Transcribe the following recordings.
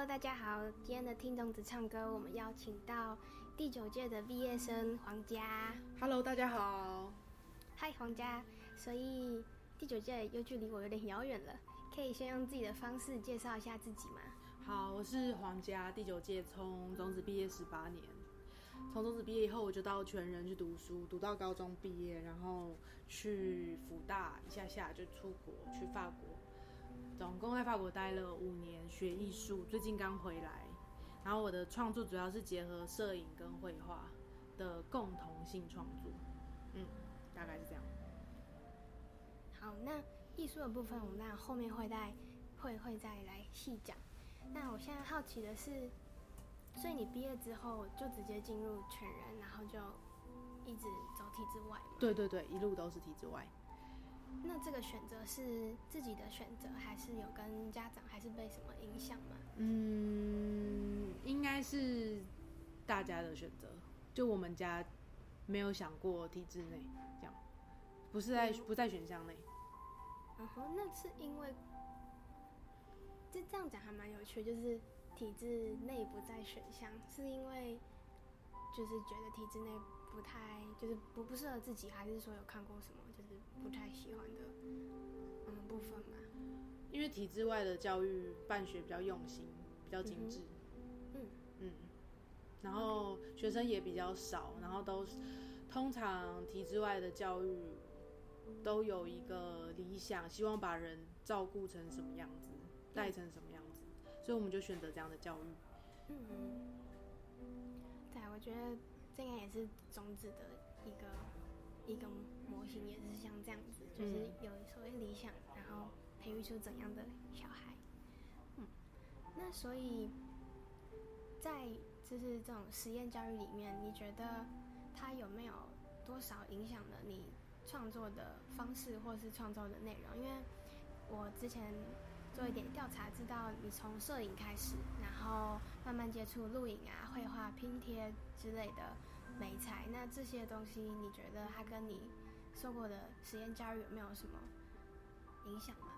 大家好，今天的听种子唱歌，我们邀请到第9届的毕业生黄嘉。 Hello， 大家好。 嗨，黄嘉。所以第9届又距离我有点遥远了，可以先用自己的方式介绍一下自己吗？ 好，我是黄嘉，第9届从种子毕业18年。从种子毕业以后，我就到全人去读书，读到高中毕业，然后去辅大一下就出国去法国，总共在法国待了5年，学艺术，最近刚回来。然后我的创作主要是结合摄影跟绘画的共同性创作，大概是这样。 好，那艺术的部分我们当然后面会再来细讲。那我现在好奇的是，所以你毕业之后就直接进入全人，然后就一直走体制外吗？ 对，一路都是体制外。 那这个选择是自己的选择，还是有跟家长，还是被什么影响吗？ 应该是大家的选择，就我们家没有想过体制内这样，不在选项内。 那是因为这样讲还蛮有趣，就是体制内不在选项，是因为就是觉得体制内不太就是不适合自己，还是说有看过什么就是不太喜欢的部分嘛？ 因为体制外的教育办学比较用心，比较精致，然后学生也比较少，然后通常体制外的教育都有一个理想，希望把人照顾成什么样子，带成什么样子，所以我们就选择这样的教育。 对，我觉得这应该也是种子的一个模型，也是像这样子，就是有所谓理想，然后培育出怎样的小孩。那所以在就是这种实验教育里面，你觉得它有没有多少影响了你创作的方式或是创作的内容？因为我之前做一点调查，知道你从摄影开始，然后慢慢接触录影啊、绘画、拼贴之类的媒材。那这些东西，你觉得它跟你受过的实验教育有没有什么影响吗？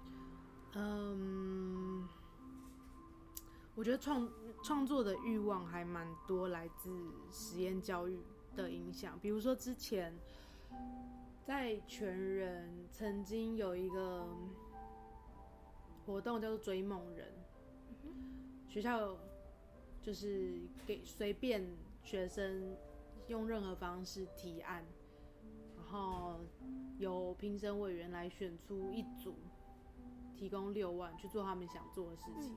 我觉得创作的欲望还蛮多来自实验教育的影响。比如说之前在全人曾经有一个活动叫做追梦人，学校就是给随便学生用任何方式提案，然后由评审委员来选出一组，提供6万去做他们想做的事情。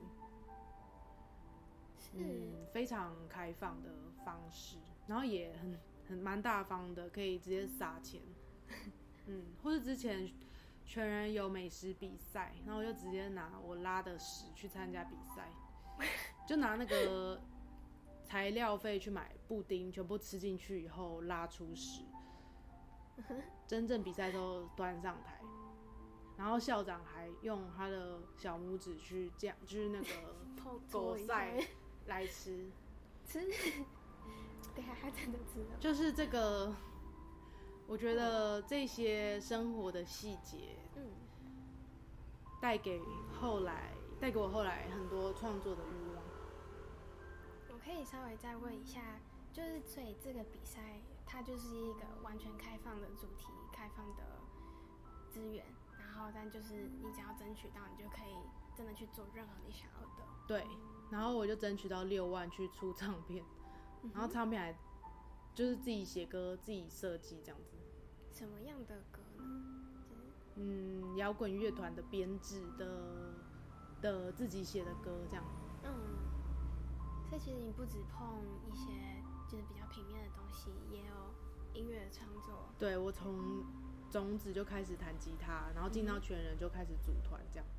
非常开放的方式，然后也蛮大方的，可以直接撒钱。或是之前全人有美食比赛，然后我就直接拿我拉的屎去参加比赛，就拿那个材料费去买布丁，全部吃进去以后拉出屎。真正比赛的时候端上台，然后校长还用他的小拇指去酱，就是那个狗塞来吃。 对啊，他真的吃了。 就是这个，我觉得这些生活的细节，带给我后来很多创作的欲望。 我可以稍微再问一下，就是所以这个比赛它就是一个完全开放的主题、开放的资源，然后但就是你只要争取到，你就可以真的去做任何你想要的。 对，然后我就争取到6万去出唱片，然后唱片还就是自己写歌、自己设计这样子。 什么样的歌呢？ 摇滚乐团的编制的自己写的歌这样。 所以其实你不只碰一些就是比较平面的东西，也有音乐的创作。对， 我从种子就开始弹吉他，然后进到全人就开始组团这样。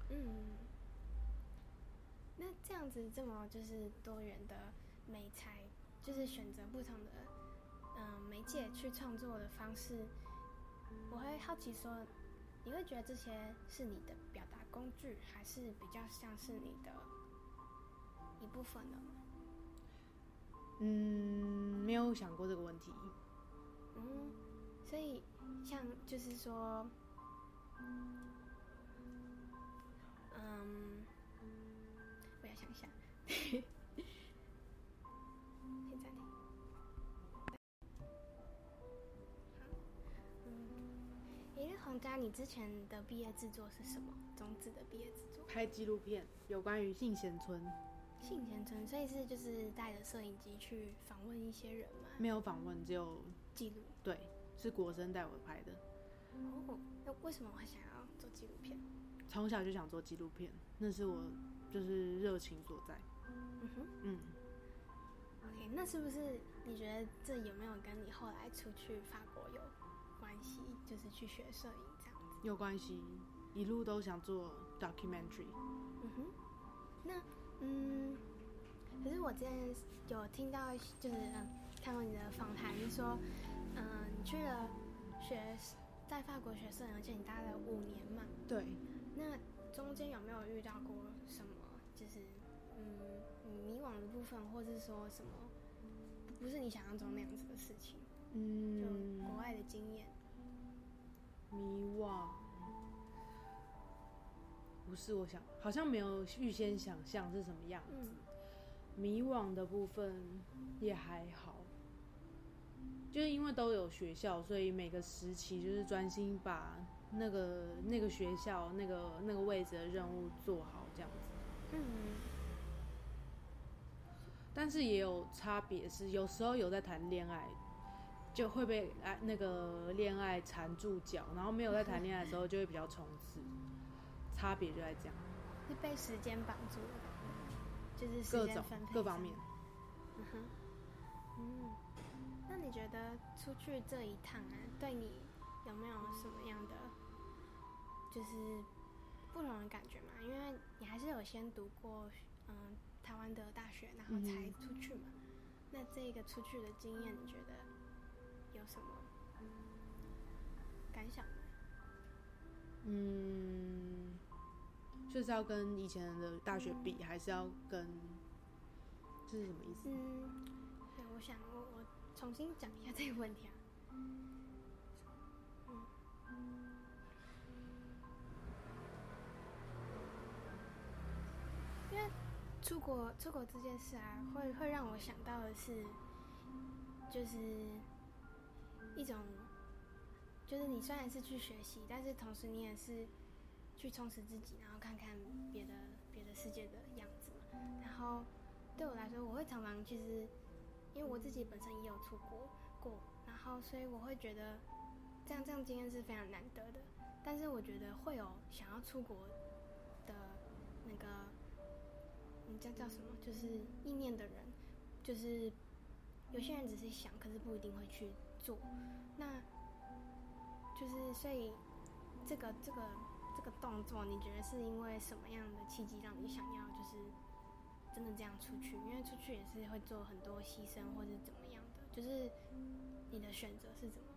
那这样子这么就是多元的媒材，就是选择不同的媒介去创作的方式，我会好奇说，你会觉得这些是你的表达工具，还是比较像是你的一部分的吗？ 没有想过这个问题。 所以像就是说，我要想一下， 先暂停。那洪嘉，你之前的毕业制作是什么？中职的毕业制作？ 拍纪录片，有关于信贤村。 信贤村，所以是就是带着摄影机去访问一些人吗？ 没有访问，只有记录。 对，是国生带我拍的。 哦，那为什么会想要做纪录片？ 从小就想做纪录片，那是我就是热情所在。 OK， 那是不是你觉得这有没有跟你后来出去法国有关系？就是去学摄影这样子？ 有关系，一路都想做 documentary。 那可是我之前有听到，就是看过你的访谈，是说，你去了在法国学摄影，而且你待了5年嘛。 对。 那中间有没有遇到过什么，就是迷惘的部分，或是说什么不是你想象中那样子的事情？就国外的经验。 迷惘，不是我想，好像没有预先想象是什么样子。迷惘的部分也还好，就是因为都有学校，所以每个时期就是专心把那个学校那个位置的任务做好这样子。但是也有差别，是有时候有在谈恋爱，就会被那个恋爱缠住脚，然后没有在谈恋爱的时候就会比较冲刺，差别就在这样。 是被时间绑住的感觉，就是时间分配各方面。 那你觉得出去这一趟啊，对你有没有什么样的就是不同的感觉嘛？因为你还是有先读过台湾的大学，然后才出去嘛。那这个出去的经验，你觉得有什么感想吗？ 就是要跟以前的大学比，还是要跟，这是什么意思？ 对，我想我重新讲一下这个问题啊。因为出国这件事啊，会让我想到的是，就是一种，就是你虽然是去学习，但是同时你也是去充实自己，然后看看别的世界的样子嘛。然后对我来说，我会常常其实，因为我自己本身也有出国过，然后所以我会觉得这样经验是非常难得的。但是我觉得会有想要出国的那个。叫什么？就是意念的人，就是有些人只是想，可是不一定会去做。那就是所以这个动作，你觉得是因为什么样的契机让你想要就是真的这样出去？因为出去也是会做很多牺牲或是怎么样的，就是你的选择是怎么？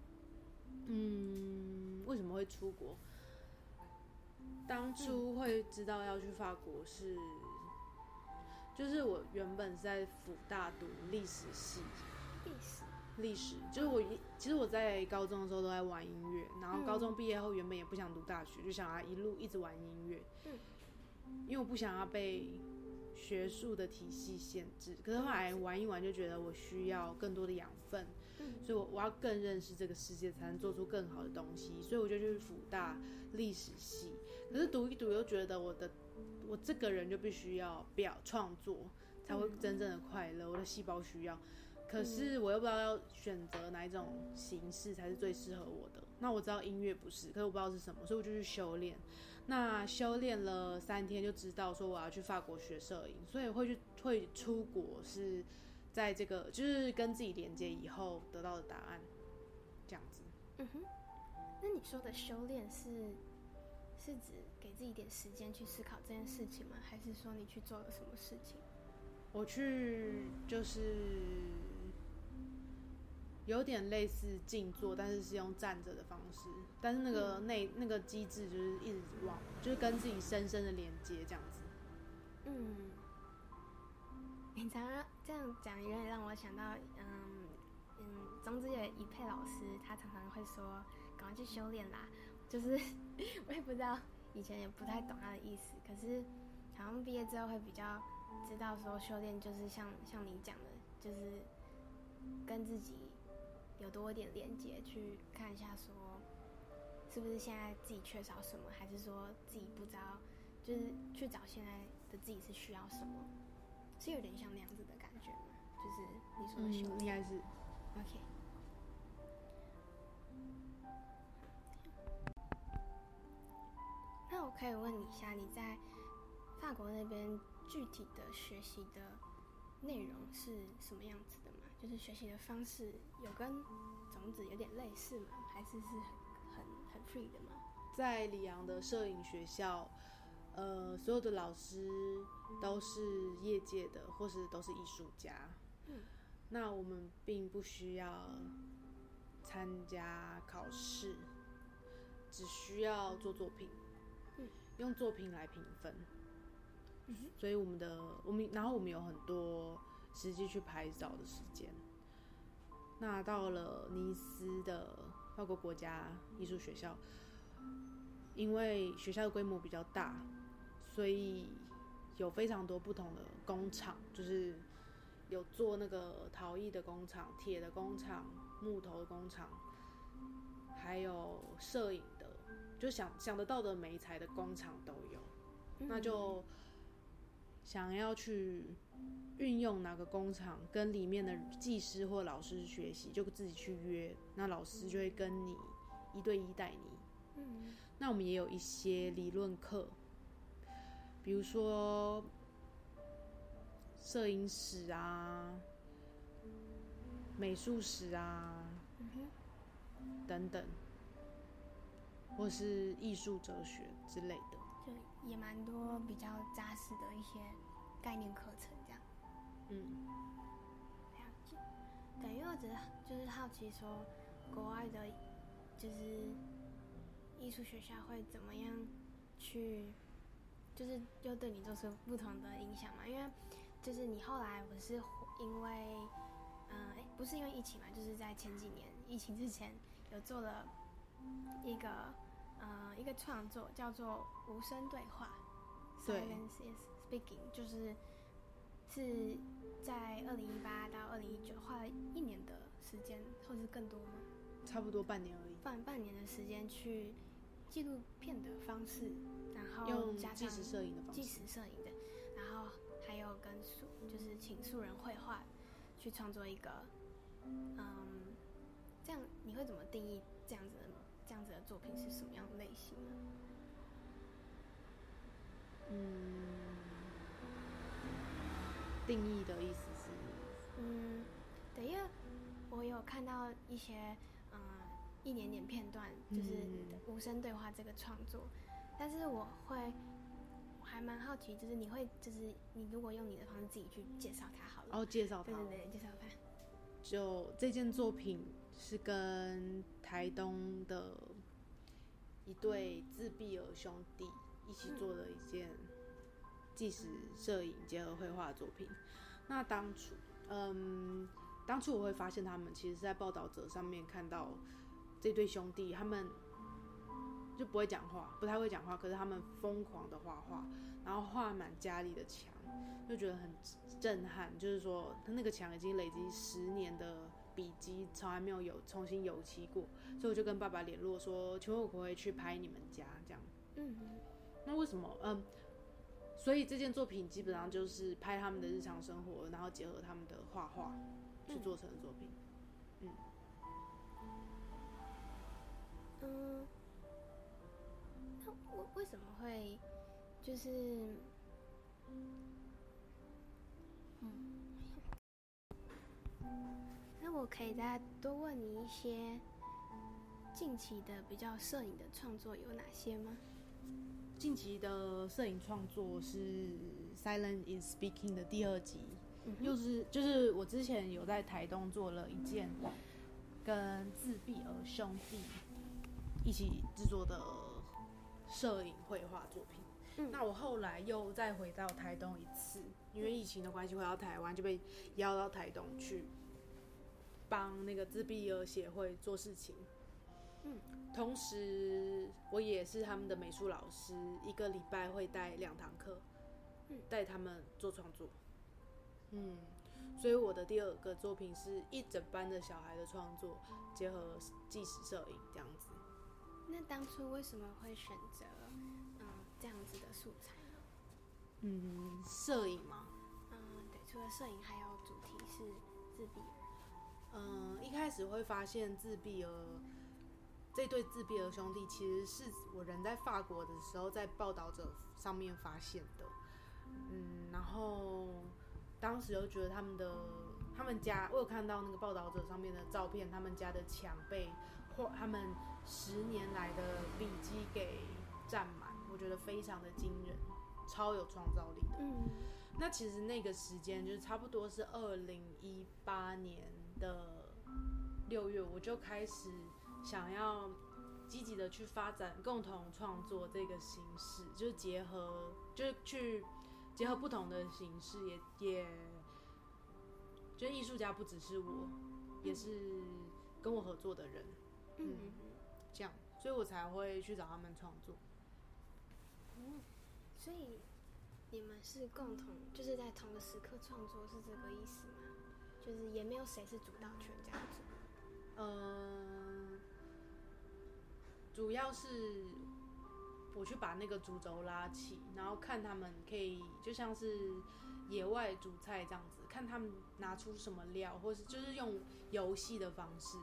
为什么会出国？当初会知道要去法国是。就是我原本是在辅大读历史系，历史就是其实我在高中的时候都在玩音乐，然后高中毕业后原本也不想读大学，就想要一直玩音乐，因为我不想要被学术的体系限制。可是后来玩一玩就觉得我需要更多的养分，所以我要更认识这个世界，才能做出更好的东西，所以我就去辅大历史系。可是读一读又觉得我这个人就必须要创作，才会真正的快乐。我的细胞需要，可是我又不知道要选择哪一种形式才是最适合我的。那我知道音乐不是，可是我不知道是什么，所以我就去修炼。那修炼了3天，就知道说我要去法国学摄影，所以会出国是在这个就是跟自己连接以后得到的答案，这样子。 那你说的修炼是指给自己一点时间去思考这件事情吗？还是说你去做了什么事情？ 我去就是有点类似静坐，但是是用站着的方式，但是那个机制就是一直就是跟自己深深的连接这样子。 你常常这样讲，有点让我想到，中之有一佩老师，他常常会说，赶快去修炼啦。就是我也不知道，以前也不太懂他的意思，可是好像毕业之后会比较知道说修炼就是像你讲的，就是跟自己有多一点连接，去看一下说是不是现在自己缺少什么，还是说自己不知道，就是去找现在的自己是需要什么，是有点像那样子的感觉吗？就是你说的修炼， 应该是。 OK。那我可以问你一下，你在法国那边具体的学习的内容是什么样子的吗？就是学习的方式有跟种子有点类似吗？还是很 free 的吗？ 在里昂的摄影学校，所有的老师都是业界的，或是都是艺术家。那我们并不需要参加考试，只需要做作品，用作品来评分。所以然后我们有很多实际去拍照的时间。那到了尼斯的法国国家艺术学校，因为学校的规模比较大，所以有非常多不同的工厂，就是有做那个陶艺的工厂、铁的工厂、木头的工厂，还有摄影的，就想得到的媒材的工厂都有。那就想要去运用哪个工厂，跟里面的技师或老师学习，就自己去约，那老师就会跟你1对1带你。那我们也有一些理论课，比如说摄影史啊、美术史啊，等等，或是艺术哲学之类的。 就也蛮多比较扎实的一些概念课程，这样。了解。对，因为我只是就是好奇说，国外的，就是艺术学校会怎么样去，就是又对你做出不同的影响嘛？因为就是你后来不是因为，不是因为疫情嘛，就是在前几年疫情之前有做了一个创作叫做无声对话 ，Silence is Speaking， 就是在2018到2019花了1年的时间，或是更多吗？ 差不多半年而已。 半年的时间去纪录片的方式，然后用加上纪实摄影的方式， 纪实摄影的，然后还有跟就是请素人绘画去创作一个，这样你会怎么定义这样子的作品是什么样的类型呢？ 定义的意思是， 对，因为我有看到一些一点点片段，就是无声对话这个创作，但是我还蛮好奇，就是你如果用你的方式自己去介绍它好了。 介绍它。 对，介绍它。 就这件作品是跟台东的一对自闭儿兄弟一起做的一件纪实摄影结合绘画的作品。那当初我会发现他们其实是在报道者上面看到这对兄弟，他们就不会讲话，不太会讲话，可是他们疯狂的画画，然后画满家里的墙，就觉得很震撼。就是说，他那个墙已经累积10年的笔迹，从来没有重新油漆过，所以我就跟爸爸联络说，请问我可不可以去拍你们家这样？那为什么？所以这件作品基本上就是拍他们的日常生活，然后结合他们的画画去做成的作品。 那为什么会就是那我可以再多问你一些近期的比较摄影的创作有哪些吗？ 近期的摄影创作是《Silence is Speaking》的第2集，就是我之前有在台东做了一件跟自闭儿兄弟一起制作的摄影绘画作品。那我后来又再回到台东一次，因为疫情的关系回到台湾，就被邀到台东去帮那个自闭儿协会做事情。同时我也是他们的美术老师，1个礼拜会带2堂课， 带他们做创作。所以我的第二个作品是一整班的小孩的创作，结合纪实摄影这样子。 那当初为什么会选择这样子的素材呢？ 摄影嘛， 对，除了摄影，还有主题是自闭儿。 一开始会发现这对自闭儿兄弟，其实是我人在法国的时候在报道者上面发现的。然后当时就觉得他们家，我有看到那个报道者上面的照片，他们家的墙被他们10年来的笔记给占满，我觉得非常的惊人，超有创造力的。那其实那个时间就是差不多是2018年的6月，我就开始想要积极的去发展共同创作这个形式，就是去结合不同的形式，也就是艺术家不只是我，也是跟我合作的人，这样，所以我才会去找他们创作。 所以你们是共同，就是在同个时刻创作，是这个意思吗？就是也没有谁是主导权这样子。 主要是我去把那个主轴拉起，然后看他们可以就像是野外煮菜这样子，看他们拿出什么料，或是就是用游戏的方式。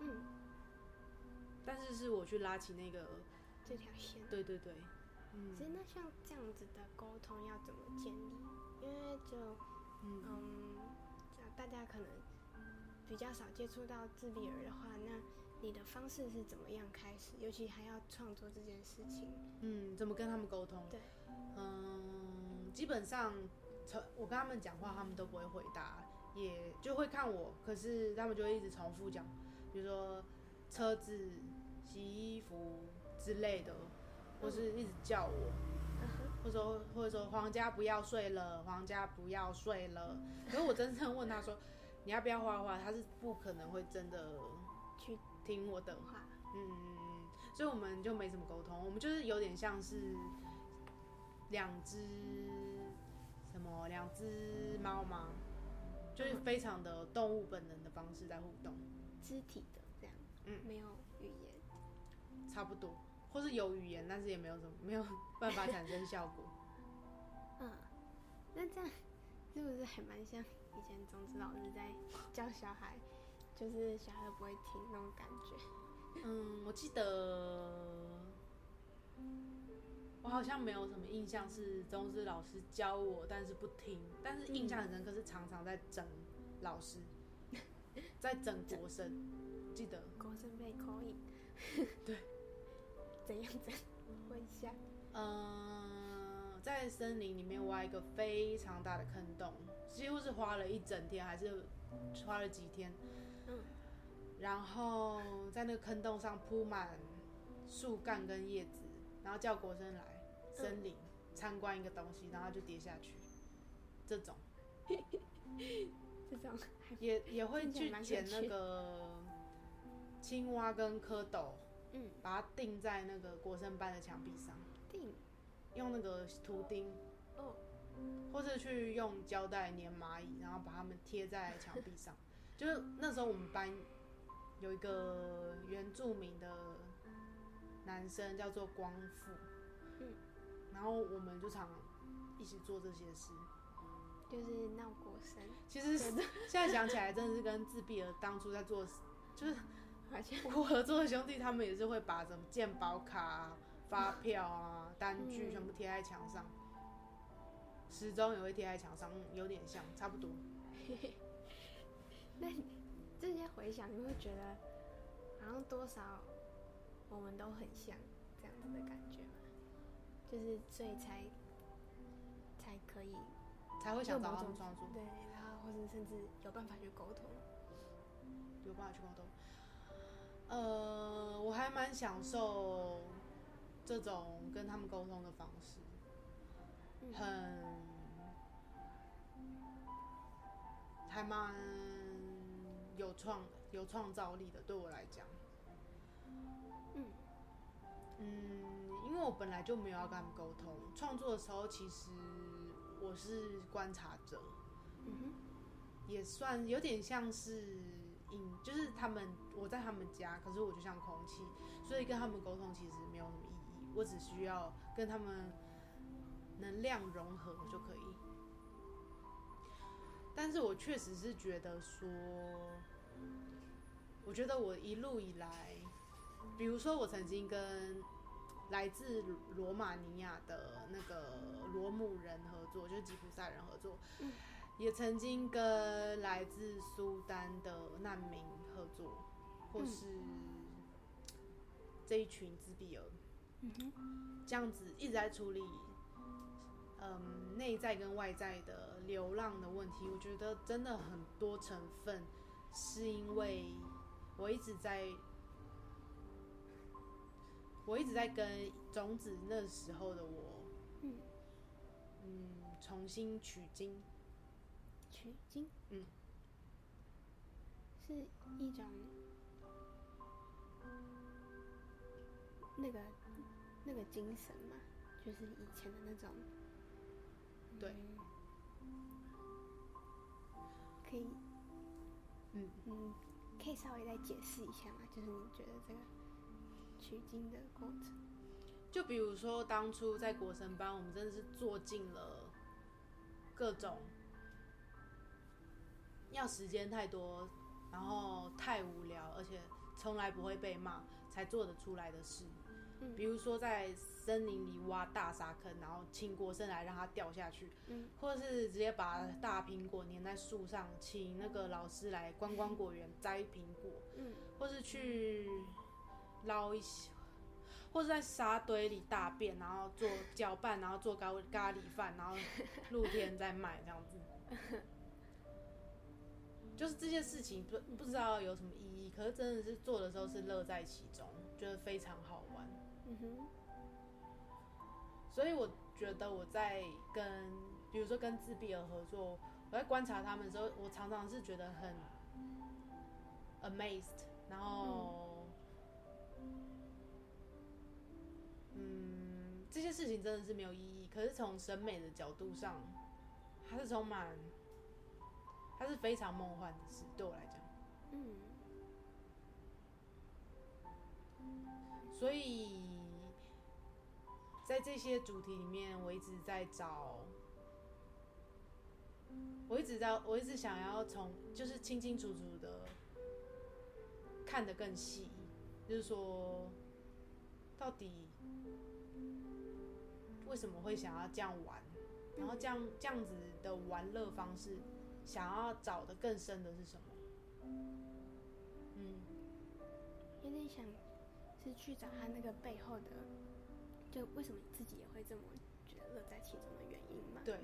但是是我去拉起这条线。 对对对。 其实那像这样子的沟通要怎么建立？因为大家可能比较少接触到自闭儿的话，那你的方式是怎么样开始？尤其还要创作这件事情。 怎么跟他们沟通？ 对。 基本上我跟他们讲话，他们都不会回答，也就会看我，可是他们就会一直重复讲，比如说车子、洗衣服之类的，或是一直叫我，或者说皇家不要睡了，皇家不要睡了。可是我真正问他说你要不要画画，他是不可能会真的去听我的话。所以我们就没什么沟通，我们就是有点像是两只猫吗？就是非常的动物本能的方式在互动， 肢体的这样，没有语言， 差不多，或是有语言，但是也没有办法产生效果。 那这样是不是还蛮像以前种子老师在教小孩，就是小孩都不会听那种感觉？ 我记得我好像没有什么印象是中师老师教我，但是不听，但是印象很深刻是常常在整老师，在整国生，记得国生被口音， 对， 怎样整？问一下。 在森林里面挖一个非常大的坑洞，几乎是花了一整天，还是花了几天。然后在那个坑洞上铺满树干跟叶子，然后叫国生来森林参观一个东西，然后就跌下去。这种也会去捡那个青蛙跟蝌蚪，把它钉在那个国生班的墙壁上，用那个图钉，或是去用胶带粘蚂蚁，然后把它们贴在墙壁上。就是那时候我们班有一个原住民的男生叫做光复，然后我们就常一起做这些事， 就是闹国生。 其实现在想起来，真的是跟自闭儿当初在做，就是我合作的兄弟，他们也是会把什么健保卡啊、发票啊、单据全部贴在墙上，时钟也会贴在墙上，有点像，差不多。 那这些回想，你会觉得好像多少我们都很像这样子的感觉吗？就是所以才可以才会想找他们创作， 对，然后或者甚至有办法去沟通， 我还蛮享受这种跟他们沟通的方式，还蛮有创造力的，对我来讲。因为我本来就没有要跟他们沟通，创作的时候其实我是观察者，也算有点像是就是我在他们家，可是我就像空气，所以跟他们沟通其实没有什么意义，我只需要跟他们能量融合就可以。但是我确实是觉得说，我觉得我一路以来，比如说我曾经跟来自罗马尼亚的那个罗姆人合作，就是吉普赛人合作，也曾经跟来自苏丹的难民合作，或是这一群自闭儿，这样子一直在处理内在跟外在的流浪的问题。我觉得真的很多成分是因为我一直在跟种子那时候的我，重新取经。 是一种那个精神嘛，就是以前的那种， 对， 可以，可以稍微再解释一下吗？就是你觉得这个取经的过程， 就比如说当初在国神班，我们真的是做尽了各种要时间太多，然后太无聊，而且从来不会被骂才做得出来的事。比如说在森林里挖大沙坑，然后请国生来让它掉下去，或者是直接把大苹果粘在树上，请那个老师来观光果园摘苹果，或是去捞一些，或是在沙堆里大便，然后做搅拌，然后做咖喱饭，然后露天在卖这样子。就是这些事情不知道有什么意义，可是真的是做的时候是乐在其中，觉得非常好玩。所以我觉得我在比如说跟自闭儿合作，我在观察他们的时候，我常常是觉得很 amazed， 然后这些事情真的是没有意义，可是从审美的角度上，它是非常梦幻的事，对我来讲。所以在这些主题里面，我一直想要就是清清楚楚的看得更细，就是说到底为什么会想要这样玩，然后这样子的玩乐方式，想要找的更深的是什么？ 有点想是去找他那个背后的，就为什么你自己也会这么觉得乐在其中的原因嘛？ 对，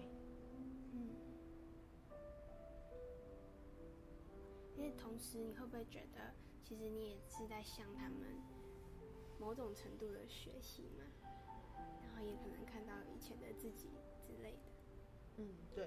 因为同时你会不会觉得，其实你也是在向他们某种程度的学习嘛？然后也可能看到以前的自己之类的。 对。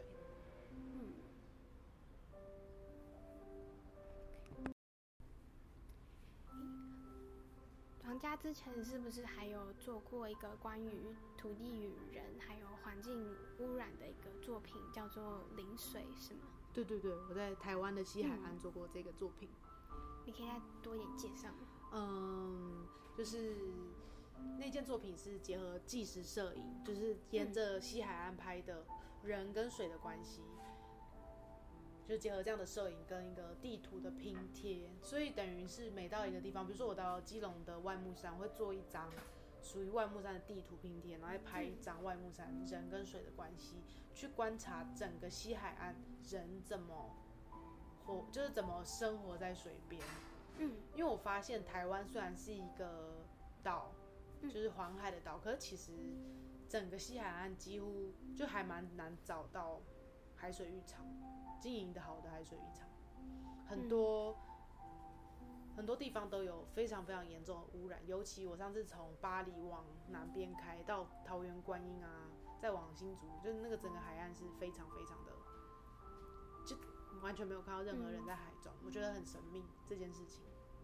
王家之前是不是还有做过一个关于土地与人还有环境污染的一个作品，叫做《临水》，是吗？ 对，我在台湾的西海岸做过这个作品。 你可以再多一点介绍吗？就是那件作品是结合纪实摄影，就是沿着西海岸拍的人跟水的关系。就结合这样的摄影跟一个地图的拼贴，所以等于是每到一个地方，比如说我到基隆的外木山，我会做一张属于外木山的地图拼贴，然后再拍一张外木山人跟水的关系，去观察整个西海岸人怎么生活在水边。因为我发现台湾虽然是一个岛，就是环海的岛，可是其实整个西海岸几乎就还蛮难找到海水浴场。经营的好的海水浴场，很多地方都有非常非常严重的污染，尤其我上次从巴黎往南边开到桃园观音啊，再往新竹，就是那个整个海岸是非常非常的，就完全没有看到任何人在海中，我觉得很神秘这件事情。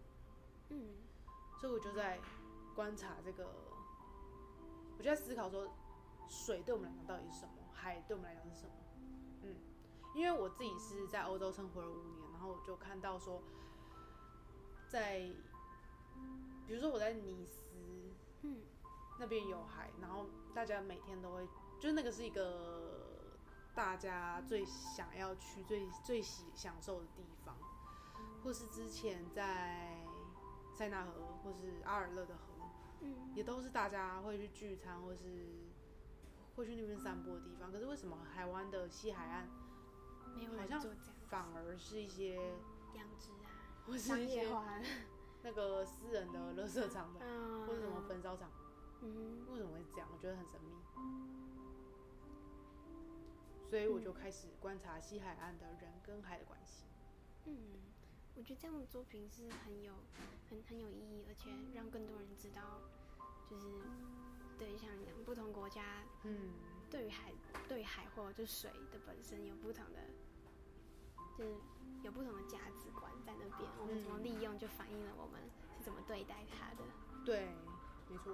所以我就在观察这个，我就在思考说，水对我们来讲到底是什么？ 海对我们来讲是什么。因为我自己是在欧洲生活了5年，然后我就看到说，比如说我在尼斯，那边有海，然后大家每天都会，就是那个是一个大家最想要去、最享受的地方，或是之前在塞纳河或是阿尔勒的河，也都是大家会去聚餐或是会去那边散步的地方。可是为什么台湾的西海岸没有好像人做这样， 反而是一些养殖啊， 或是商一些业化， 那个私人的垃圾场的，或者什么焚烧厂？为什么会这样？我觉得很神秘。所以我就开始观察西海岸的人跟海的关系。 我觉得这样的作品是很有意义，而且让更多人知道，就是对像你讲不同国家，对于海或就水的本身有不同的，就是有不同的价值观在那边。我们怎么利用，就反映了我们是怎么对待它的。 对，没错。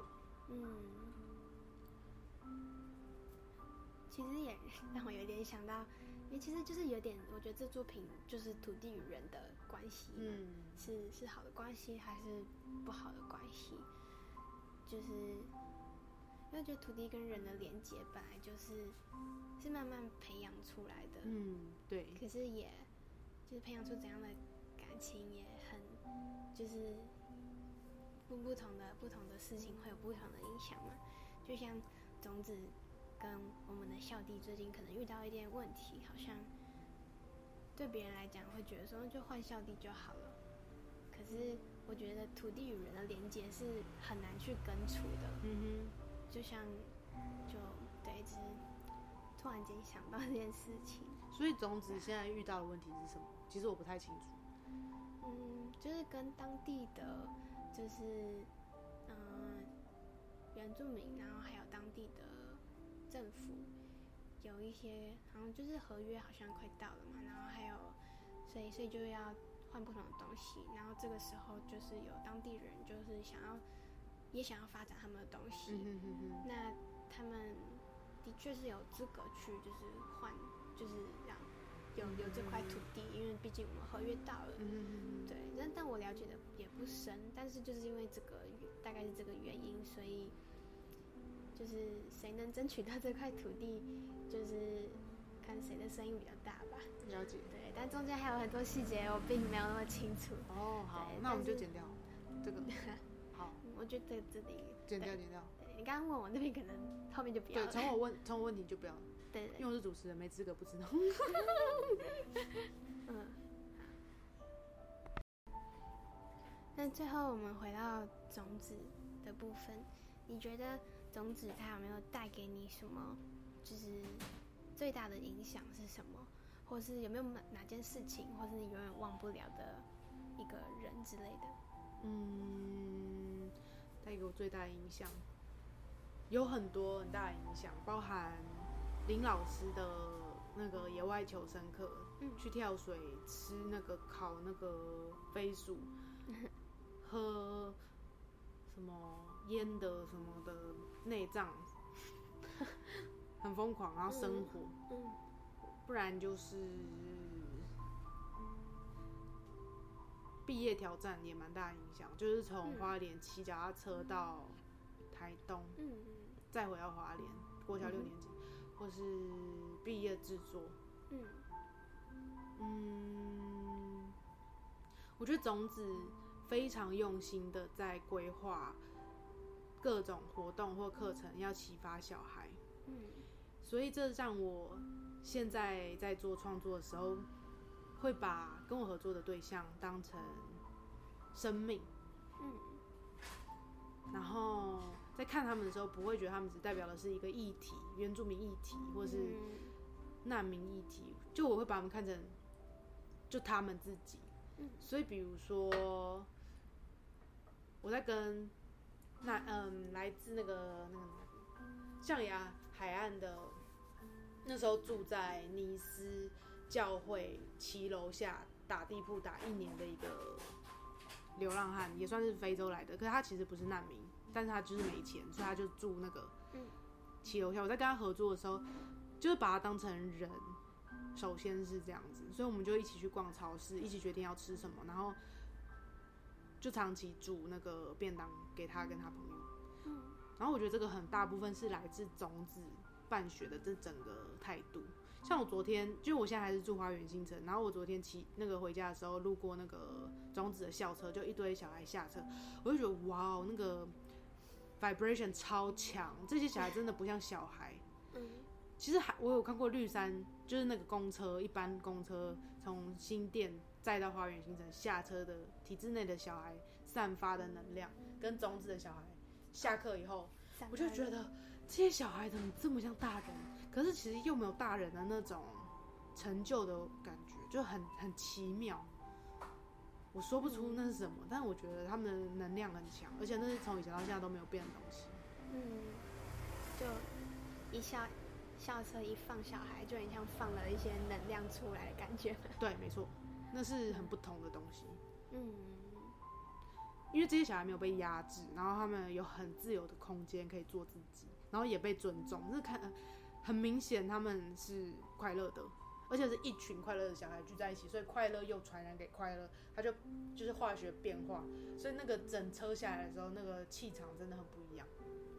其实也让我有点想到，因为其实就是有点，我觉得这作品就是土地与人的关系嘛，是好的关系还是不好的关系？就是因为觉得土地跟人的连结本来就是慢慢培养出来的， 对。 可是也就是培养出怎样的感情，也很就是不同的事情会有不同的影响嘛。就像种子跟我们的校地最近可能遇到一点问题，好像对别人来讲会觉得说就换校地就好了，可是我觉得土地与人的连结是很难去根除的。就像对，只是突然间想到这件事情。 所以种子现在遇到的问题是什么？其实我不太清楚。 就是跟当地的就是原住民，然后还有当地的政府有一些好像就是合约好像快到了嘛，然后还有所以就要换不同的东西，然后这个时候就是有当地人就是也想要发展他们的东西，那他们的确是有资格去就是换，就是让有这块土地，因为毕竟我们合约到了，对，但我了解的也不深，但是就是因为这个大概是这个原因，所以就是谁能争取到这块土地，就是看谁的声音比较大吧。 了解。 对，但中间还有很多细节我并没有那么清楚。 好，那我们就剪掉这个。好， 我觉得这里剪掉。 你刚刚问我那边，可能后面就不要了。 对，从我问题就不要了。 对， 因为我是主持人，没资格不知道。 那最后我们回到种子的部分，你觉得种子它有没有带给你什么，就是最大的影响是什么？或是有没有哪件事情，或是你永远忘不了的一个人之类的？ 带给我最大的影响有很多很大的影响，包含林老师的那个野外求生课，去跳水，吃那个烤那个飞鼠，喝什么腌的什么的内脏，很疯狂，然后生火，不然就是毕业挑战也蛮大的影响，就是从花莲骑脚踏车到台东，再回到花莲，国小6年级，或是毕业制作，我觉得种子非常用心的在规划各种活动或课程，要启发小孩，所以这让我现在在做创作的时候，会把跟我合作的对象当成生命，然后在看他们的时候，不会觉得他们只代表的是一个议题，原住民议题或是难民议题，就我会把他们看成就他们自己。所以比如说我在跟来自那个象牙海岸的，那时候住在尼斯教会骑楼下打地铺打1年的一个流浪汉，也算是非洲来的，可是他其实不是难民，但是他就是没钱，所以他就住那个骑楼下。我在跟他合作的时候， 就是把它当成人，首先是这样子，所以我们就一起去逛超市，一起决定要吃什么，然后就长期煮那个便当给他跟他朋友。然后我觉得这个很大部分是来自种子办学的这整个态度。像我昨天，就我现在还是住花园新城，然后我昨天骑那个回家的时候，路过那个种子的校车，就一堆小孩下车，我就觉得哇，那个 vibration 超强，这些小孩真的不像小孩。其实我有看过绿山，就是那个公车，一般公车从新店载到花园新城下车的体制内的小孩散发的能量，跟种子的小孩下课以后，我就觉得这些小孩怎么这么像大人，可是其实又没有大人的那种成就的感觉，就很奇妙。我说不出那是什么，但我觉得他们的能量很强，而且那是从以前到现在都没有变的东西。 就一校车一放小孩，就很像放了一些能量出来的感觉。 对，没错，那是很不同的东西。因为这些小孩没有被压制，然后他们有很自由的空间可以做自己，然后也被尊重，很明显他们是快乐的，而且是一群快乐的小孩聚在一起，所以快乐又传染给快乐，它就是化学变化，所以那个整车下来的时候，那个气场真的很不一样。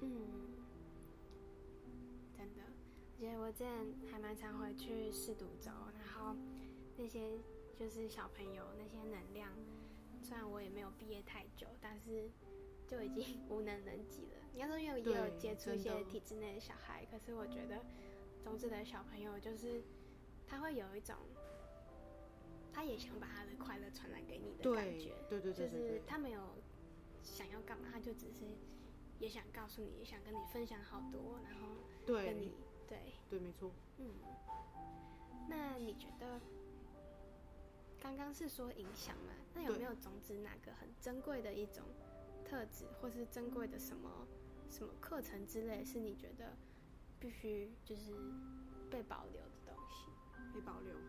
真的，而且我之前还蛮常回去四堵州，然后那些就是小朋友那些能量，虽然我也没有毕业太久，但是就已经无能能及了。应该说，因为也有接触一些体制内的小孩，可是我觉得种子的小朋友就是他会有一种，他也想把他的快乐传染给你的感觉。 对， 就是他没有想要干嘛，他就只是也想告诉你，也想跟你分享好多，然后跟你对，没错。 那你觉得刚刚是说影响嘛？那有没有种子哪个很珍贵的一种特质，或是珍贵的什么课程之类，是你觉得必须就是被保留的东西？ 被保留，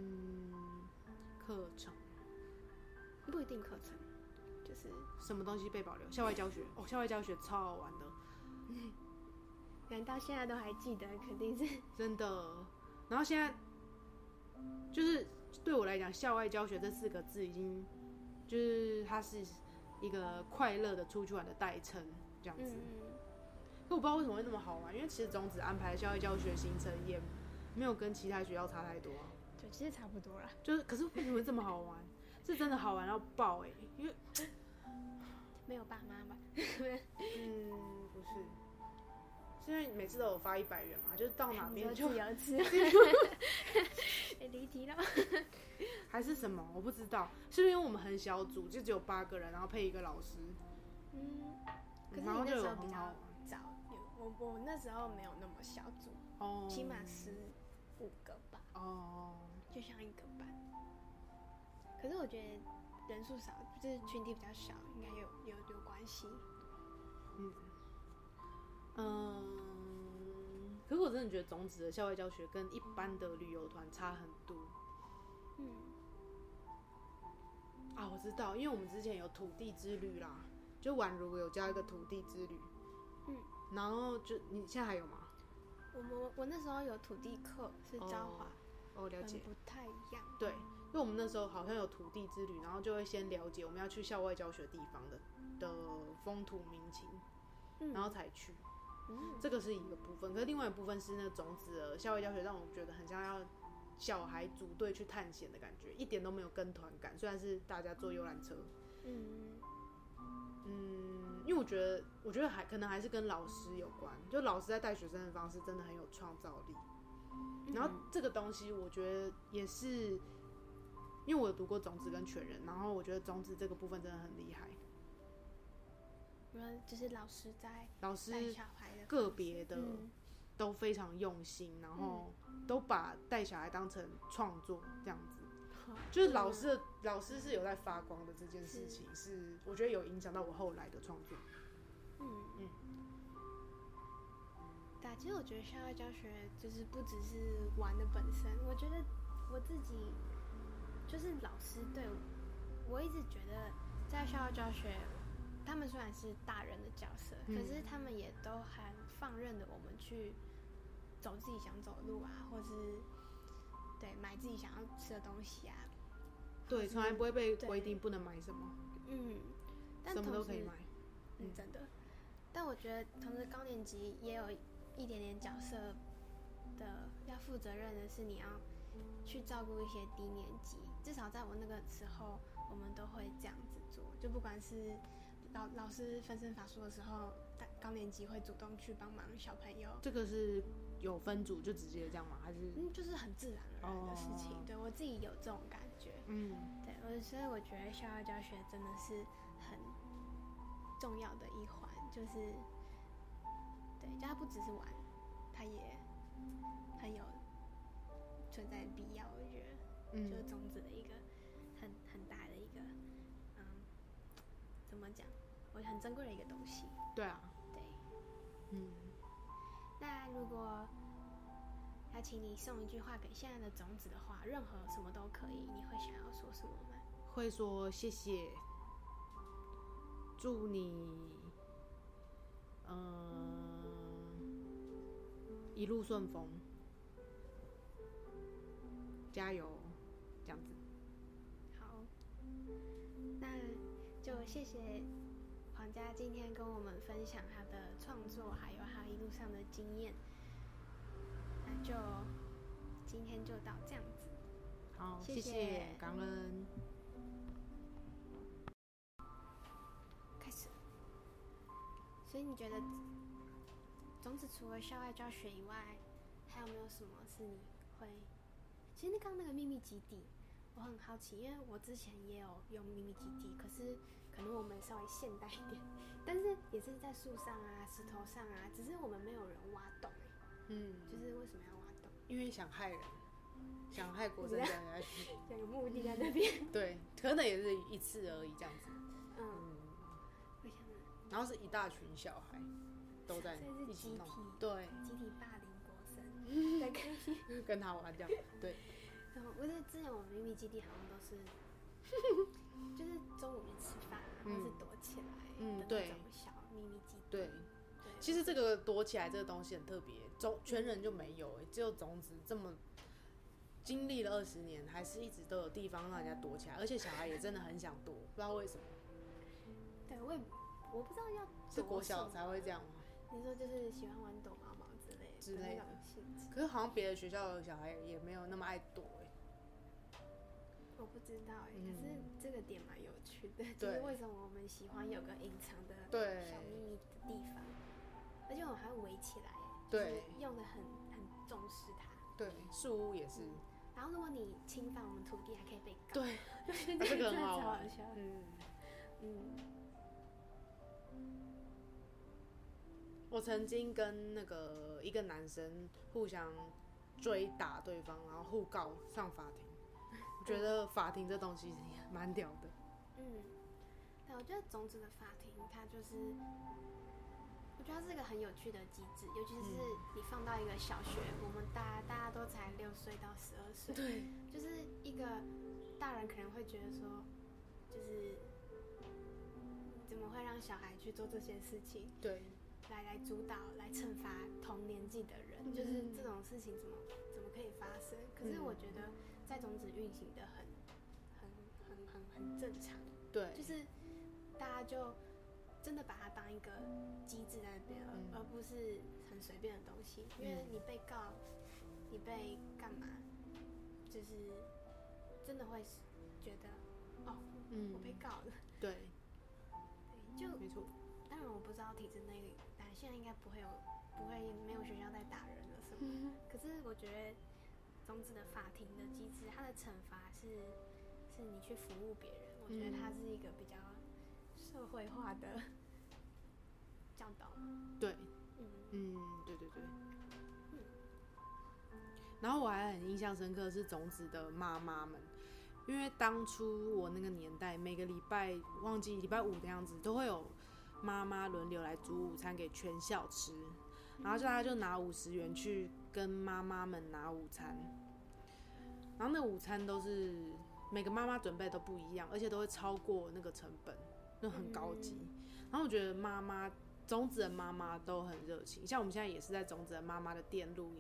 课程不一定课程，就是什么东西被保留？校外教学校外教学超好玩的。 难道现在都还记得？肯定是真的。然后现在就是对我来讲，校外教学这4个字已经就是它是一个快乐的出去玩的代称，这样子。可我不知道为什么会那么好玩，因为其实种子安排的校外教学行程也没有跟其他学校差太多啊。 对，其实差不多啦。 可是为什么会这么好玩？是真的好玩到爆因为没有爸妈吧？ 不是。是因为每次都有发100元嘛，就是到哪边就自由吃。离题了。 还是什么？我不知道，是不是因为我们很小组，就只有8个人，然后配1个老师。 可是你那时候比较早，我那时候没有那么小组，起码15个吧。就像一个班。可是我觉得人数少，就是群体比较小，应该有关系。 可是我真的觉得种子的校外教学跟一般的旅游团差很多。我知道，因为我们之前有土地之旅啦，就宛如有教一个土地之旅。然后你现在还有吗？ 我那时候有土地课，是昭华。 了解。 不太一样。 对，因为我们那时候好像有土地之旅，然后就会先了解我们要去校外教学地方的风土民情，然后才去。这个是一个部分，可是另外一部分是那个种子的校外教学，让我觉得很像要小孩组队去探险的感觉，一点都没有跟团感。虽然是大家坐游览车，因为我觉得可能还是跟老师有关，就老师在带学生的方式真的很有创造力。然后这个东西我觉得也是，因为我有读过种子跟全人，然后我觉得种子这个部分真的很厉害。 就是老师带小孩的个别的都非常用心，然后都把带小孩当成创作这样子。就是老师是有在发光的这件事情，是我觉得有影响到我后来的创作。 对，其实我觉得校外教学就是不只是玩的本身，我觉得我自己就是老师对我一直觉得在校外教学，他们虽然是大人的角色，可是他们也都很放任的我们去走自己想走的路啊，或是对买自己想要吃的东西啊。 对，从来不会被规定不能买什么。 但什么都可以买。 真的。但我觉得同时高年级也有一点点角色的要负责任的是，你要去照顾一些低年级。至少在我那个时候，我们都会这样子做。就不管是老师分身乏术的时候，高年级会主动去帮忙小朋友。 这个是有分组就直接这样吗？还是就是很自然而然的事情。对，我自己有这种感觉。对，所以我觉得校外教学真的是很重要的一环，就是对，就它不只是玩，它也很有存在必要。我觉得，就是种子的一个很大的一个，怎么讲？我很珍贵的一个东西。 对啊。 对。那如果要请你送一句话给现在的种子的话，任何什么都可以，你会想要说什么吗？ 会说谢谢，祝你一路顺风，加油，这样子。 好，那就谢谢黄家今天跟我们分享他的创作，还有他一路上的经验。那就今天就到这样子。 好，谢谢，感恩。 开始。所以你觉得种子除了校外教学以外，还有没有什么是你会？其实刚刚那个秘密基地，我很好奇，因为我之前也有用秘密基地，可是可能我们稍微现代一点，但是也是在树上啊、石头上啊，只是我们没有人挖洞。就是为什么要挖洞？ 因为想害人，想害国生家下去， 有个目的在那边。 对，可能也是一次而已这样子。 为什么？ 然后是一大群小孩都在一起弄，对， 集体霸凌国生，在跟他玩这样，对。 然后我记得之前我们秘密基地好像都是，就是中午去吃饭啊，或是躲起来的那种小秘密基地。 对。其实这个躲起来这个东西很特别，全人就没有只有种子这么经历了20年，还是一直都有地方让人家躲起来，而且小孩也真的很想躲，不知道为什么。 对，我不知道要是国小才会这样吗？ 你说就是喜欢玩躲猫猫之类的那种性质。 可是好像别的学校的小孩也没有那么爱躲我不知道可是这个点蛮有趣的，就是为什么我们喜欢有个隐藏的小秘密的地方，而且我们还会围起来就是用的很重视它。 对，树屋也是。 然后如果你侵犯我们土地，还可以被告。 对，这个很好玩。我曾经跟一个男生互相追打对方，然后互告上法庭。我觉得法庭这东西也蛮屌的。 对，我觉得种子的法庭，它就是，我觉得它是一个很有趣的机制，尤其是你放到一个小学，我们大家都才6岁到12岁， 对， 就是一个大人可能会觉得说，就是怎么会让小孩去做这些事情？ 对。 来主导、来惩罚同年纪的人，就是这种事情怎么可以发生？可是我觉得在种子运行的很正常， 对， 就是大家就真的把它当一个机制在那边，而不是很随便的东西。因为你被告，你被干嘛，就是真的会觉得我被告了， 对， 就没错。 当然我不知道体制内，但现在应该不会没有学校在打人了什么。可是我觉得种子的法庭的机制，它的惩罚是你去服务别人，我觉得它是一个比较社会化的教导。 对，对对对。然后我还很印象深刻的是种子的妈妈们，因为当初我那个年代，每个礼拜忘记礼拜5的样子，都会有妈妈轮流来煮午餐给全校吃，然后大家就拿50元去跟妈妈们拿午餐，然后那个午餐都是每个妈妈准备都不一样，而且都会超过那个成本，那很高级。然后我觉得种子的妈妈都很热情，像我们现在也是在种子的妈妈的店录音，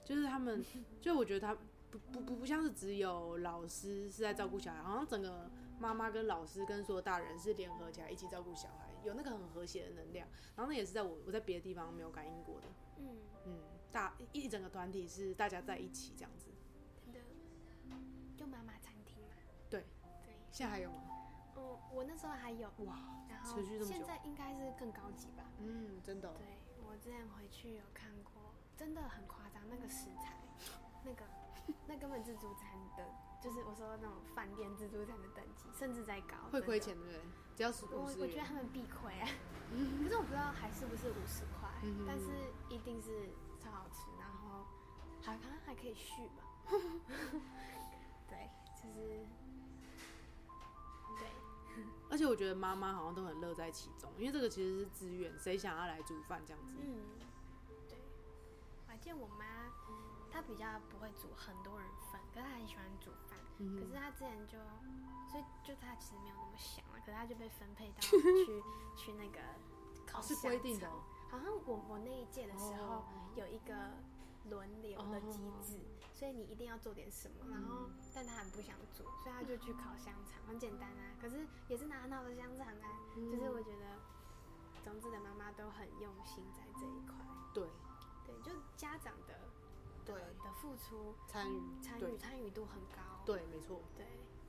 就是他们，就我觉得他不像是只有老师是在照顾小孩，好像整个妈妈跟老师跟所有大人是联合起来一起照顾小孩，有那个很和谐的能量。然后那也是我在别的地方没有感应过的。一整个团体是大家在一起这样子。 真的，就妈妈餐厅嘛。 对，现在还有吗？ 我那时候还有哇， 然后持续这么久， 现在应该是更高级吧？ 真的哦。 对，我之前回去有看过，真的很夸张，那个食材，那根本自助餐的，就是我说那种饭店自助餐的等级，甚至再高， 会亏钱对不对？只要50元。 我觉得他们必亏啊，可是我不知道还是不是50块，但是一定是超好吃，然后好像还可以续吧。对，就是对。 而且我觉得妈妈好像都很乐在其中，因为这个其实是自愿，谁想要来煮饭这样子。 对。我还记得我妈，她比较不会煮很多人份，可是她很喜欢煮饭。可是她之前所以她其实没有那么想了，可是她就被分配到去那个烤箱是规定的哦。 好像我那一届的时候有一个轮流的机制，所以你一定要做点什么，然后但他很不想做，所以他就去烤香肠，很简单啊，可是也是拿很好的香肠啊。就是我觉得种子的妈妈都很用心在这一块。 对， 就家长的付出参与度很高。 对，没错。 对。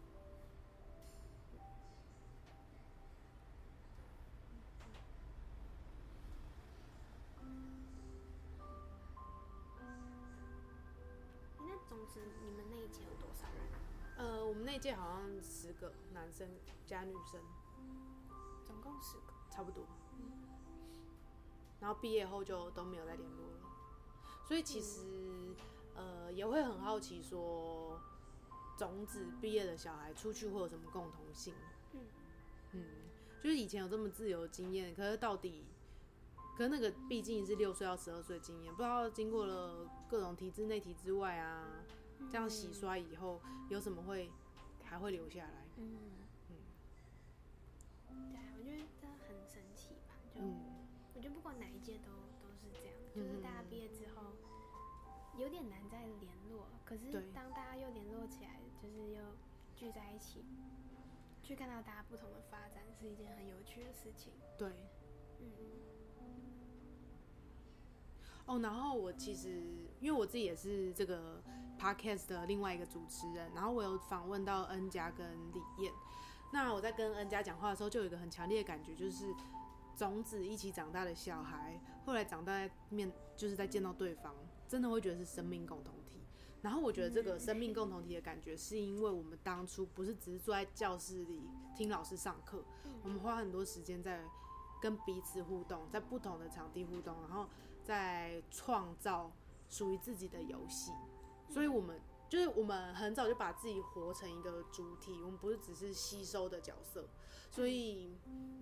那种子你们那一届有多少人？ 我们那一届好像10个男生加女生， 总共10个， 差不多。然后毕业后就都没有再联络了，所以其实也会很好奇说，种子毕业的小孩出去会有什么共同性？就是以前有这么自由的经验，可是到底，可是那个毕竟是6岁到12岁的经验，不知道经过了各种体制内体制外啊，这样洗刷以后，有什么还会留下来？ 对，我觉得这很神奇吧。我觉得不管哪一届都是这样，就是大家毕业之后有点难再联络，可是当大家又联络起来，就是又聚在一起，去看到大家不同的发展，是一件很有趣的事情。 对。然后我其实因为我自己也是这个 podcast 的另外一个主持人，然后我有访问到恩佳跟李燕。那我在跟恩佳讲话的时候，就有一个很强烈的感觉，就是种子一起长大的小孩，后来长大就是在见到对方，真的会觉得是生命共同体。然后我觉得这个生命共同体的感觉，是因为我们当初不是只是坐在教室里听老师上课，我们花很多时间在跟彼此互动，在不同的场地互动，然后在创造属于自己的游戏。所以我们很早就把自己活成一个主体，我们不是只是吸收的角色。所以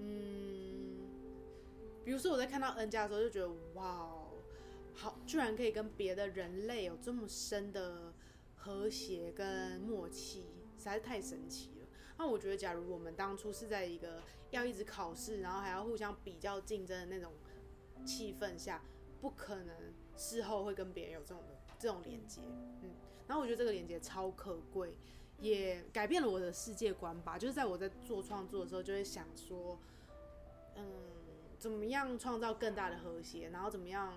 比如说我在看到恩佳的时候，就觉得哇，好，居然可以跟别的人类有这么深的和谐跟默契，实在是太神奇了。那我觉得假如我们当初是在一个要一直考试，然后还要互相比较竞争的那种气氛下，不可能事后会跟别人有这种连接。然后我觉得这个连接超可贵，也改变了我的世界观吧。就是在我在做创作的时候，就会想说，怎么样创造更大的和谐，然后怎么样，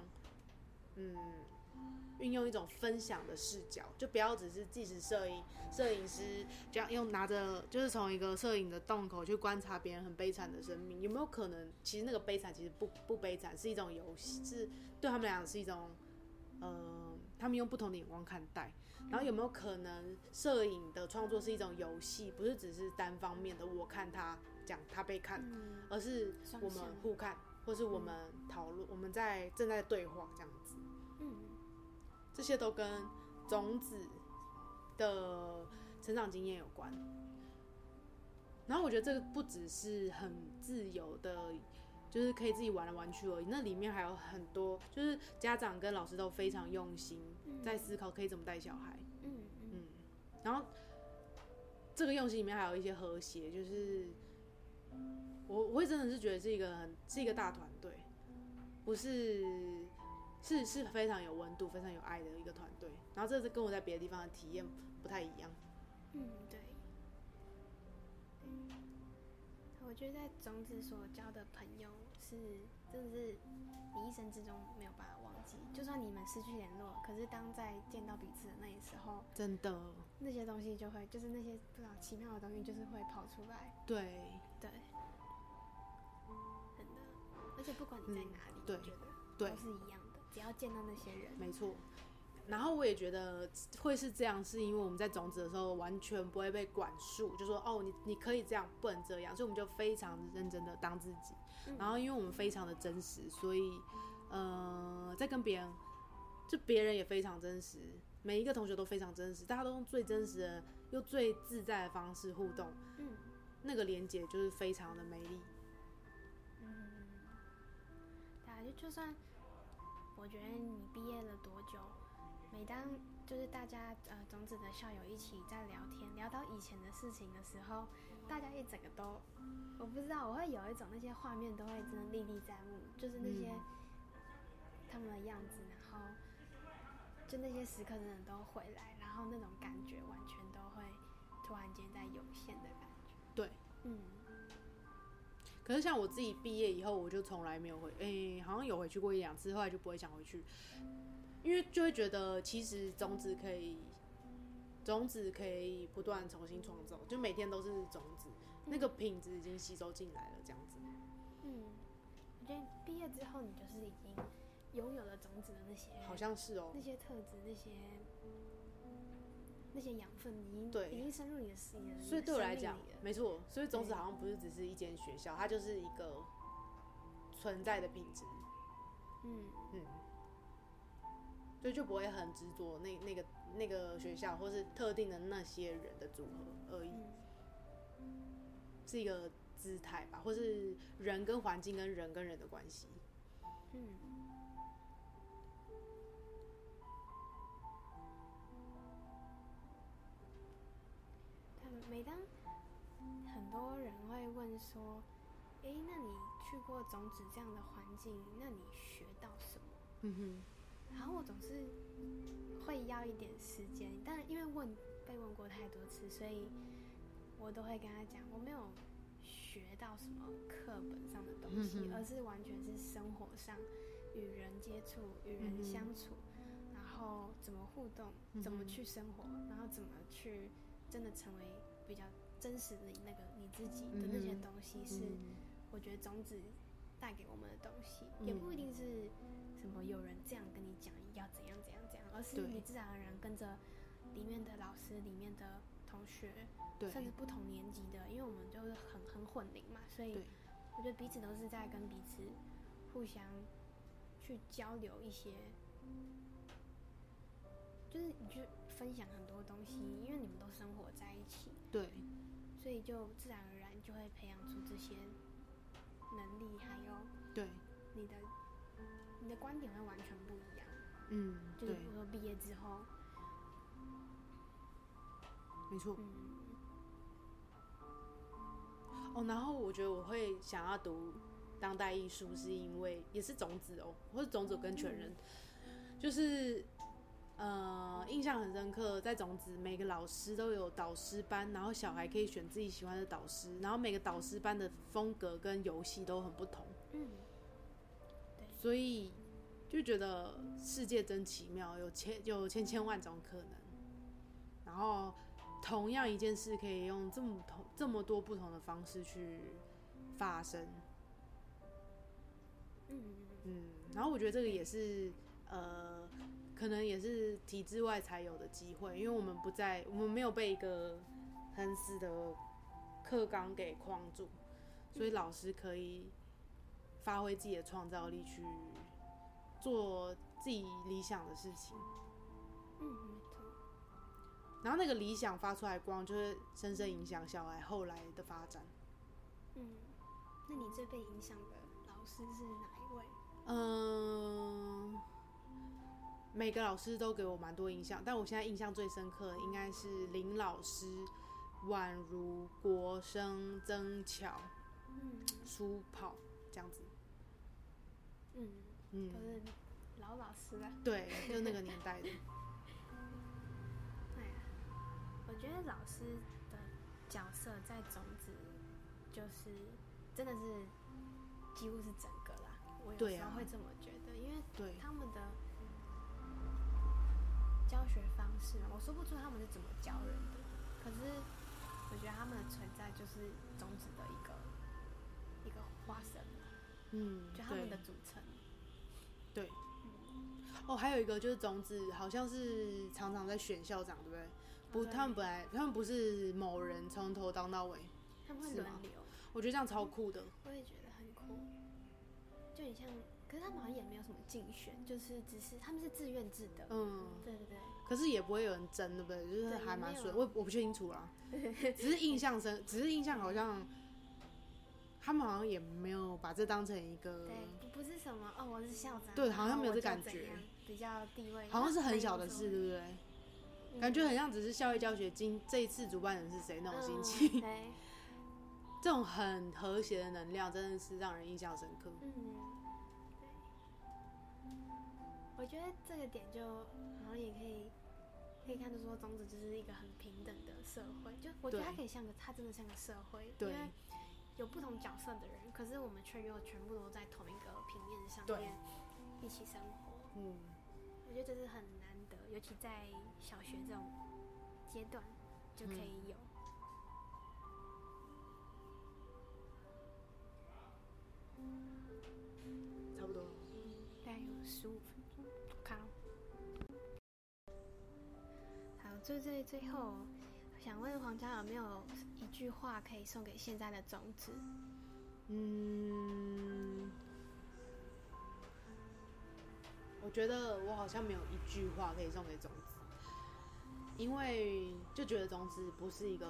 运用一种分享的视角，就不要只是纪实摄影师这样拿着，就是从一个摄影的洞口去观察别人很悲惨的生命。有没有可能，其实那个悲惨其实不悲惨，是一种游戏，是对他们来讲是一种，他们用不同的眼光看待。然后有没有可能，摄影的创作是一种游戏，不是只是单方面的我看他讲他被看，而是我们互看，或是我们讨论，我们正在对话这样子。这些都跟种子的成长经验有关。然后我觉得这个不只是很自由的，就是可以自己玩来玩去而已，那里面还有很多，就是家长跟老师都非常用心在思考可以怎么带小孩。然后这个用心里面还有一些和谐，就是我会真的是觉得是一个大团队，不是是非常有温度、非常有爱的一个团队。然后这是跟我在别的地方的体验不太一样。 对。我觉得在种子所交的朋友真的是你一生之中没有办法忘记。就算你们失去联络，可是当在见到彼此的那时候， 真的那些东西就会，就是那些不知道奇妙的东西，就是会跑出来。 对， 真的。而且不管你在哪里， 对， 我觉得都是一样的，只要见到那些人， 没错。然后我也觉得会是这样，是因为我们在种子的时候完全不会被管束，就说哦你可以这样，不能这样，所以我们就非常认真的当自己。然后因为我们非常的真实，所以在跟别人，就别人也非常真实，每一个同学都非常真实，大家都用最真实的又最自在的方式互动。那个连结就是非常的美丽。 就算我觉得你毕业了多久，每当就是大家种子的校友一起在聊天，聊到以前的事情的时候，大家一整个都，我不知道，我会有一种那些画面都会真的历历在目，就是那些他们的样子，然后就那些时刻真的都回来，然后那种感觉完全都会突然间在涌现的感觉。 对，可是像我自己毕业以后，我就从来没有好像有回去过1-2次，后来就不会想回去，因为就会觉得其实种子可以不断重新创造，就每天都是种子，那个品质已经吸收进来了，这样子。 我觉得毕业之后，你就是已经拥有了种子的那些， 好像是哦， 那些特质，那些养分已经深入你的视野了。 所以对我来讲，没错，所以种子好像不是只是一间学校，它就是一个存在的品质。所以就不会很执着那个学校或是特定的那些人的组合而已，是一个姿态吧，或是人跟环境跟人的关系。 每当很多人会问说，那你去过种子这样的环境，那你学到什么？然后我总是会要一点时间，但因为被问过太多次，所以我都会跟他讲，我没有学到什么课本上的东西，而是完全是生活上与人接触、与人相处，然后怎么互动，怎么去生活，然后怎么去真的成为比较真实的你自己的那些东西，是我觉得种子带给我们的东西，也不一定是什么有人这样跟你讲要怎样，而是你自然而然跟着里面的老师、里面的同学，甚至不同年级的，因为我们就是很混龄嘛，所以我觉得彼此都是在跟彼此互相去交流一些，就是你去分享很多东西，因为你们都生活在一起，所以就自然而然就会培养出这些能力，还有你的观点会完全不一样。就是比如说毕业之后， 没错。然后我觉得我会想要读当代艺术，是因为也是种子或是种子跟全人，就是印象很深刻，在种子每个老师都有导师班，然后小孩可以选自己喜欢的导师，然后每个导师班的风格跟游戏都很不同。所以就觉得世界真奇妙，有千万种可能，然后同样一件事可以用这么多不同的方式去发生。然后我觉得这个也是可能也是体制外才有的机会，因为我们没有被一个很死的课纲给框住，所以老师可以发挥自己的创造力去做自己理想的事情。 没错。 然后那个理想发出来光，就会深深影响小孩后来的发展。 那你最被影响的老师是哪一位？ 每个老师都给我蛮多影响，但我现在印象最深刻的应该是林老师、宛如、国生、曾巧、苏跑这样子。 都是老老师了。 对，就那个年代的。 哎呀，我觉得老师的角色在种子就是真的是几乎是整个啦。我有时候会这么觉得，因为他们的教学方式，我说不出他们是怎么教人的，可是我觉得他们的存在就是种子的一个化身，就他们的组成。 对。哦，还有一个就是种子，好像是常常在选校长，对不对？不，他们不是某人从头当到尾， 他们会轮流。 我觉得这样超酷的。 我也觉得很酷，就很像，可是他们好像也没有什么竞选，就是只是他们是志愿制的。对对对。 可是也不会有人争，对不对？就是还蛮顺，我不确清楚啦。只是印象好像。他们好像也没有把这当成一个， 对，不是什么我是校长， 对，好像没有这感觉， 比较地位， 好像是很小的事，对不对？感觉很像只是校内教学这一次主办人是谁那种心情， 对， 这种很和谐的能量真的是让人印象深刻。 对，我觉得这个点就好像也可以看出说，种子就是一个很平等的社会，就我觉得它真的像个社会，因为有不同角色的人，可是我们却又全部都在同一个平面上面一起生活。我觉得这是很难得，尤其在小学这种阶段就可以有。 差不多。 大概有15分钟，看咯。好，最后。想问黄家有没有一句话可以送给现在的种子？ 我觉得我好像没有一句话可以送给种子，因为就觉得种子不是一个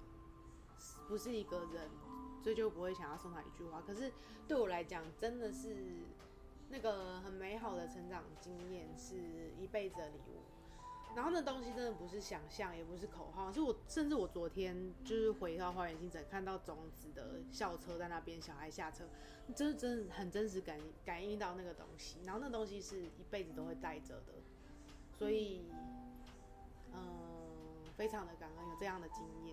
人，所以就不会想要送他一句话。可是对我来讲，真的是那个很美好的成长经验，是一辈子的礼物。然后那东西真的不是想象，也不是口号，甚至我昨天就是回到花园新城，看到种子的校车在那边，小孩下车，真的很真实感应到那个东西，然后那东西是一辈子都会带着的，所以非常的感恩有这样的经验。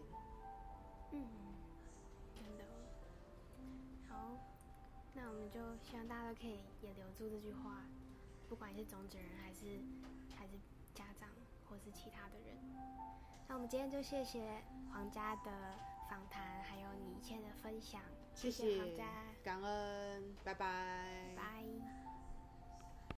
真的。好，那我们就希望大家都可以也留住这句话，不管你是种子人还是家长或是其他的人。那我们今天就谢谢黄家的访谈，还有你一切的分享。谢谢黄家， 感恩，拜拜。 拜。